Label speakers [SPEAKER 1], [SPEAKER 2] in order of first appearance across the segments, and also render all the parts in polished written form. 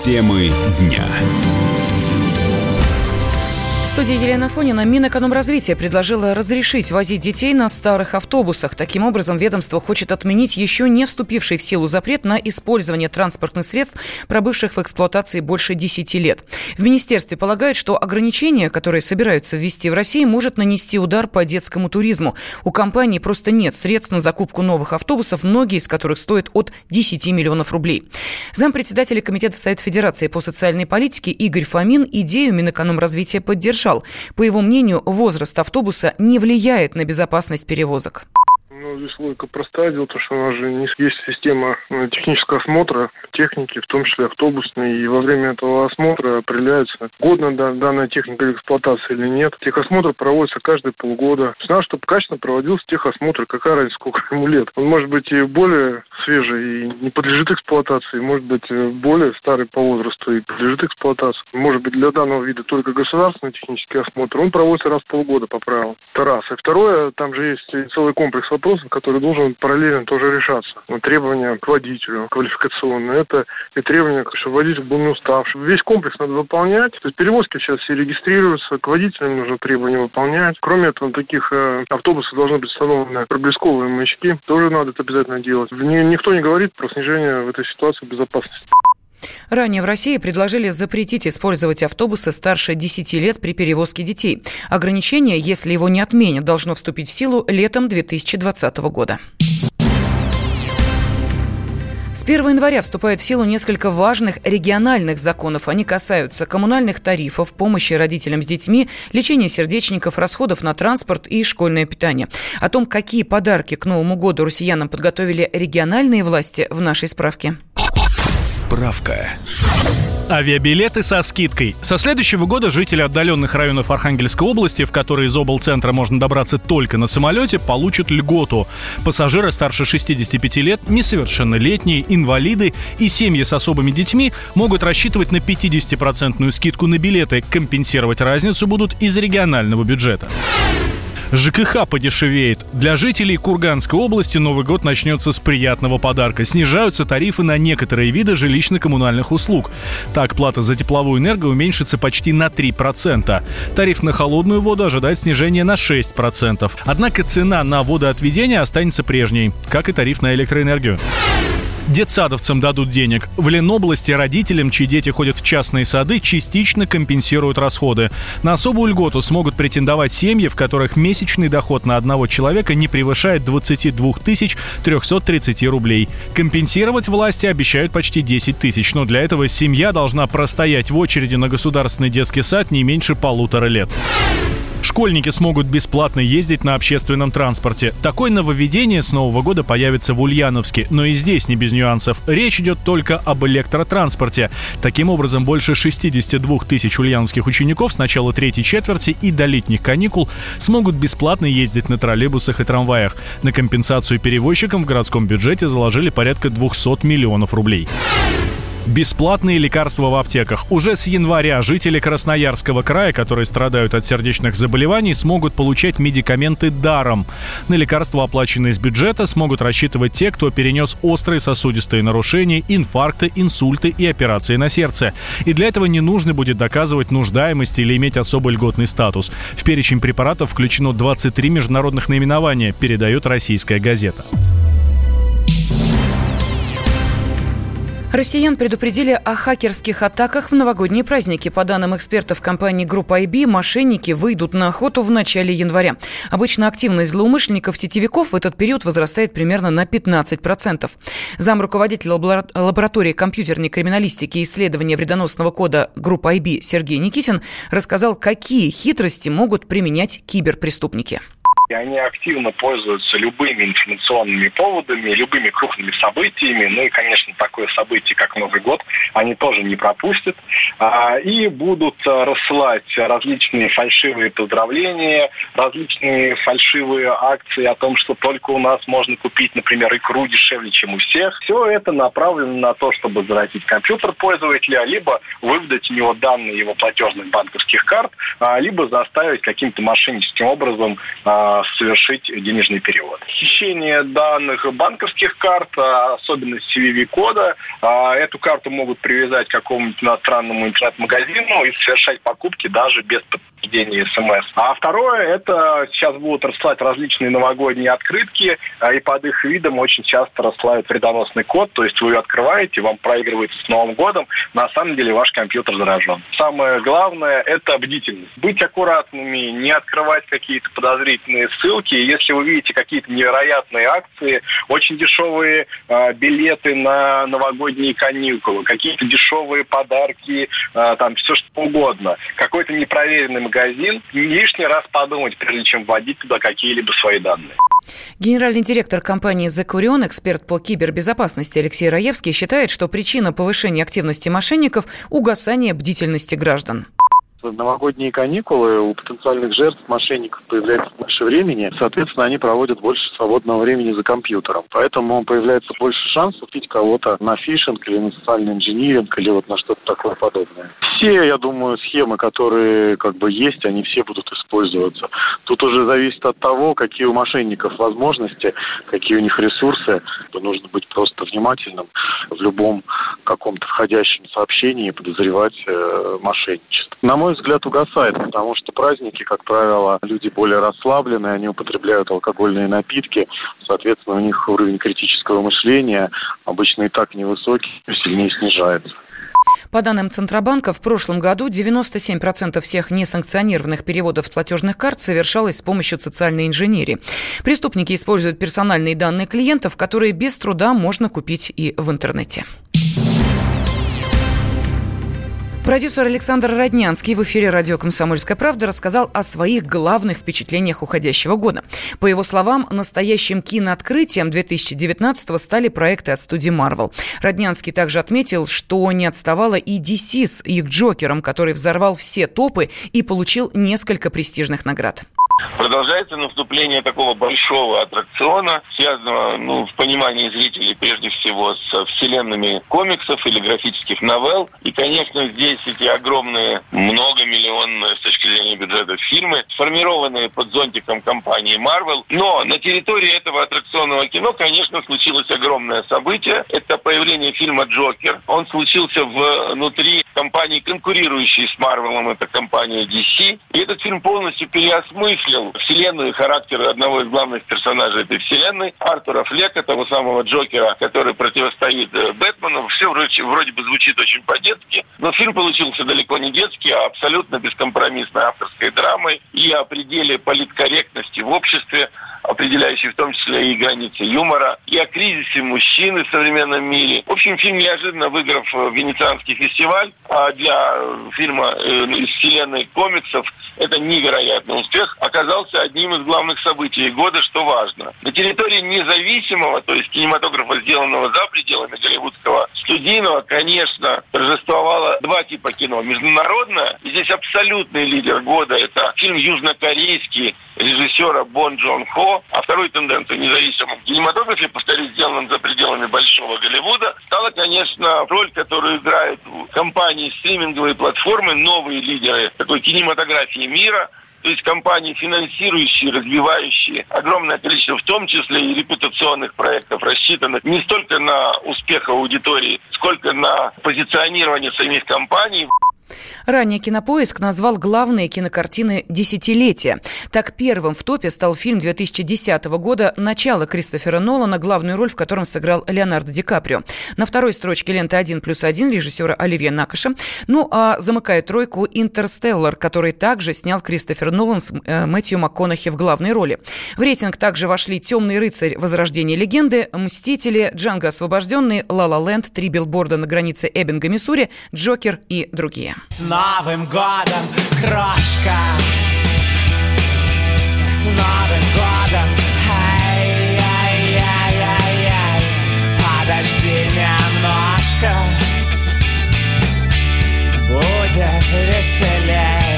[SPEAKER 1] Темы дня.
[SPEAKER 2] В студии Елена Афонина. Минэкономразвития предложила разрешить возить детей на старых автобусах. Таким образом, ведомство хочет отменить еще не вступивший в силу запрет на использование транспортных средств, пробывших в эксплуатации больше 10 лет. В министерстве полагают, что ограничение, которое собираются ввести в России, может нанести удар по детскому туризму. У компании просто нет средств на закупку новых автобусов, многие из которых стоят от 10 миллионов рублей. Зампредседателя Комитета Совета Федерации по социальной политике Игорь Фомин идею Минэкономразвития поддержал. По его мнению, возраст автобуса не влияет на безопасность перевозок.
[SPEAKER 3] Здесь логика простая. Дело в том, что у нас же есть система технического осмотра техники, в том числе автобусной, и во время этого осмотра определяется, годна данная техника для эксплуатации или нет. Техосмотр проводится каждые полгода. Надо, чтобы качественно проводился техосмотр. Какая разница, сколько ему лет? Он может быть и более свежий и не подлежит эксплуатации, может быть более старый по возрасту и подлежит эксплуатации. Может быть для данного вида только государственный технический осмотр. Он проводится раз в полгода по правилам. Это раз. И второе, там же есть целый комплекс вопросов, который должен параллельно тоже решаться. Требования к водителю квалификационные, это и требования, чтобы водитель был не уставший. Весь комплекс надо выполнять. То есть перевозки сейчас все регистрируются, к водителям нужно требования выполнять. Кроме этого, таких автобусов должны быть установлены проблесковые маячки. Тоже надо это обязательно делать. Никто не говорит про снижение в этой ситуации безопасности.
[SPEAKER 2] Ранее в России предложили запретить использовать автобусы старше 10 лет при перевозке детей. Ограничение, если его не отменят, должно вступить в силу летом 2020 года. С 1 января вступают в силу несколько важных региональных законов. Они касаются коммунальных тарифов, помощи родителям с детьми, лечения сердечников, расходов на транспорт и школьное питание. О том, какие подарки к Новому году россиянам подготовили региональные власти, в нашей справке.
[SPEAKER 1] Справка.
[SPEAKER 4] Авиабилеты со скидкой. Со следующего года жители отдаленных районов Архангельской области, в которые из облцентра можно добраться только на самолете, получат льготу. Пассажиры старше 65 лет, несовершеннолетние, инвалиды и семьи с особыми детьми могут рассчитывать на 50% скидку на билеты. Компенсировать разницу будут из регионального бюджета. ЖКХ подешевеет. Для жителей Курганской области Новый год начнется с приятного подарка. Снижаются тарифы на некоторые виды жилищно-коммунальных услуг. Так, плата за тепловую энергию уменьшится почти на 3%. Тариф на холодную воду ожидает снижение на 6%. Однако цена на водоотведение останется прежней, как и тариф на электроэнергию. Детсадовцам дадут денег. В Ленобласти родителям, чьи дети ходят в частные сады, частично компенсируют расходы. На особую льготу смогут претендовать семьи, в которых месячный доход на одного человека не превышает 22 330 рублей. Компенсировать власти обещают почти 10 тысяч, но для этого семья должна простоять в очереди на государственный детский сад не меньше 1,5 лет. Школьники смогут бесплатно ездить на общественном транспорте. Такое нововведение с Нового года появится в Ульяновске. Но и здесь не без нюансов. Речь идет только об электротранспорте. Таким образом, больше 62 тысяч ульяновских учеников с начала третьей четверти и до летних каникул смогут бесплатно ездить на троллейбусах и трамваях. На компенсацию перевозчикам в городском бюджете заложили порядка 200 миллионов рублей. Бесплатные лекарства в аптеках. Уже с января жители Красноярского края, которые страдают от сердечных заболеваний, смогут получать медикаменты даром. На лекарства, оплаченные из бюджета, смогут рассчитывать те, кто перенес острые сосудистые нарушения, инфаркты, инсульты и операции на сердце. И для этого не нужно будет доказывать нуждаемость или иметь особый льготный статус. В перечень препаратов включено 23 международных наименования, передает «Российская газета».
[SPEAKER 2] Россиян предупредили о хакерских атаках в новогодние праздники. По данным экспертов компании Группа IB, мошенники выйдут на охоту в начале января. Обычно активность злоумышленников-сетевиков в этот период возрастает примерно на 15%. Замруководителя лаборатории компьютерной криминалистики и исследования вредоносного кода Группа IB Сергей Никитин рассказал, какие хитрости могут применять киберпреступники.
[SPEAKER 5] Они активно пользуются любыми информационными поводами, любыми крупными событиями. Ну и, конечно, такое событие, как Новый год, они тоже не пропустят. И будут рассылать различные фальшивые поздравления, различные фальшивые акции о том, что только у нас можно купить, например, икру дешевле, чем у всех. Все это направлено на то, чтобы заразить компьютер пользователя, либо выведать у него данные его платежных банковских карт, либо заставить каким-то мошенническим образом совершить денежный перевод. Хищение данных банковских карт, особенно CVV-кода, эту карту могут привязать к какому-нибудь иностранному интернет-магазину и совершать покупки даже без подтверждения СМС. А второе, это сейчас будут рассылать различные новогодние открытки, и под их видом очень часто рассылают вредоносный код, то есть вы ее открываете, вам проигрывается с Новым годом, на самом деле ваш компьютер заражен. Самое главное – это бдительность. Быть аккуратными, не открывать какие-то подозрительные ссылки. Если вы видите какие-то невероятные акции, очень дешевые билеты на новогодние каникулы, какие-то дешевые подарки, там все что угодно, какой-то непроверенный магазин, лишний раз подумать, прежде чем вводить туда какие-либо свои данные.
[SPEAKER 2] Генеральный директор компании The Curion, эксперт по кибербезопасности Алексей Раевский, считает, что причина повышения активности мошенников – угасание бдительности граждан.
[SPEAKER 6] В новогодние каникулы у потенциальных жертв мошенников появляется больше времени, соответственно, они проводят больше свободного времени за компьютером. Поэтому появляется больше шансов убить кого-то на фишинг или на социальный инжиниринг или вот на что-то такое подобное. Все, я думаю, схемы, которые есть, они все будут использоваться. Тут уже зависит от того, какие у мошенников возможности, какие у них ресурсы. Нужно быть просто внимательным в любом каком-то входящем сообщении подозревать мошенничество. На мой взгляд, угасает, потому что праздники, как правило, люди более расслаблены, они употребляют алкогольные напитки, соответственно, у них уровень критического мышления обычно и так невысокий, сильнее снижается.
[SPEAKER 2] По данным Центробанка, в прошлом году 97% всех несанкционированных переводов с платежных карт совершалось с помощью социальной инженерии. Преступники используют персональные данные клиентов, которые без труда можно купить и в интернете. Продюсер Александр Роднянский в эфире радио «Комсомольская правда» рассказал о своих главных впечатлениях уходящего года. По его словам, настоящим кинооткрытием 2019-го стали проекты от студии Marvel. Роднянский также отметил, что не отставала и DC с их «Джокером», который взорвал все топы и получил несколько престижных наград.
[SPEAKER 7] Продолжается наступление такого большого аттракциона, связанного, в понимании зрителей прежде всего с вселенными комиксов или графических новелл. И, конечно, здесь эти огромные, многомиллионные с точки зрения бюджета фильмы, сформированные под зонтиком компании Marvel. Но на территории этого аттракционного кино, конечно, случилось огромное событие. Это появление фильма «Джокер». Он случился внутри компании, конкурирующей с Marvel, это компания DC. И этот фильм полностью переосмыслил вселенную и характер одного из главных персонажей этой вселенной, Артура Флека, того самого Джокера, который противостоит Бэтмену. Все вроде бы звучит очень по-детски, но фильм получился далеко не детский, а абсолютно бескомпромиссной авторской драмой и о пределе политкорректности в обществе, определяющей в том числе и границы юмора, и о кризисе мужчины в современном мире. В общем, фильм неожиданно выиграв Венецианский фестиваль, а для фильма из вселенной комиксов это невероятный успех, оказался одним из главных событий года, что важно. На территории независимого, то есть кинематографа, сделанного за пределами голливудского, студийного, конечно, торжествовало два типа кино. Международное, и здесь абсолютный лидер года, это фильм южнокорейский режиссера Бон Джон Хо, а второй тенденцией в независимом кинематографе, повторюсь, сделанном за пределами большого Голливуда, стала, конечно, роль, которую играют компании стриминговые платформы, новые лидеры такой кинематографии мира, то есть компании, финансирующие, развивающие огромное количество, в том числе и репутационных проектов, рассчитанных не столько на успех аудитории, сколько на позиционирование самих компаний.
[SPEAKER 2] Ранее «Кинопоиск» назвал главные кинокартины десятилетия. Так, первым в топе стал фильм 2010 года «Начало» Кристофера Нолана, главную роль в котором сыграл Леонардо Ди Каприо. На второй строчке ленты «1+1» режиссера Оливье Накоша. Ну а замыкает тройку «Интерстеллар», который также снял Кристофер Нолан с Мэтью МакКонахи в главной роли. В рейтинг также вошли «Темный рыцарь. Возрождение легенды», «Мстители», «Джанго освобожденный», «Ла Ла Ленд», «Три билборда на границе Эббинга, Миссури», «Джокер» и другие.
[SPEAKER 8] С Новым годом, крошка! С Новым годом! Ай-яй-яй-яй-яй! Подожди немножко, будет веселей.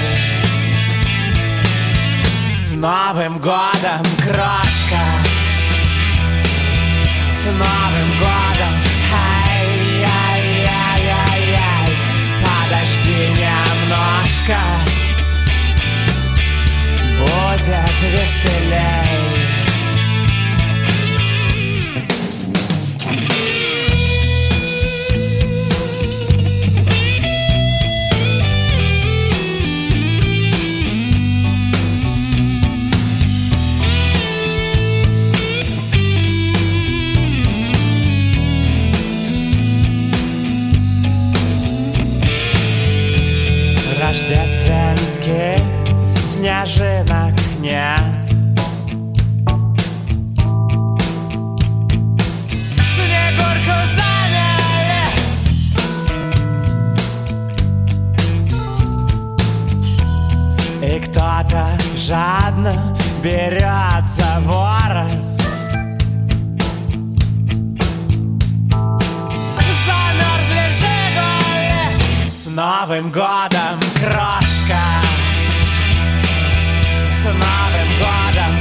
[SPEAKER 8] С Новым годом, крошка! С Новым годом! Ай-яй-яй-яй-яй! Подожди немножко, будет веселей. Рождественских снежинок нет. Снегурку заняли. И кто-то жадно берет за ворот. Замерзли «Жигули». С Новым годом, крошка! С Новым годом!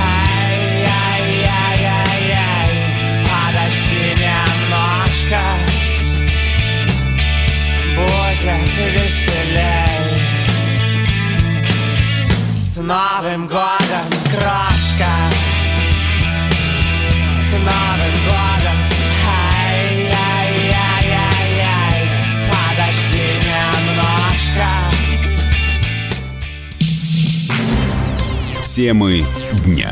[SPEAKER 8] Ай-яй-яй-яй-яй! Подожди немножко, будет веселей. С Новым годом, крошка! С Новым годом! Ай-яй-яй-яй-яй! Подожди немножко.
[SPEAKER 1] Темы дня.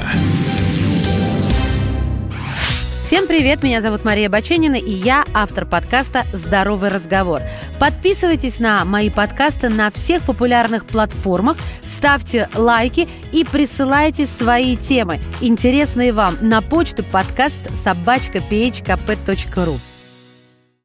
[SPEAKER 9] Всем привет, меня зовут Мария Баченина, и я автор подкаста «Здоровый разговор». Подписывайтесь на мои подкасты на всех популярных платформах, ставьте лайки и присылайте свои темы, интересные вам, на почту подкаст@phkp.ru.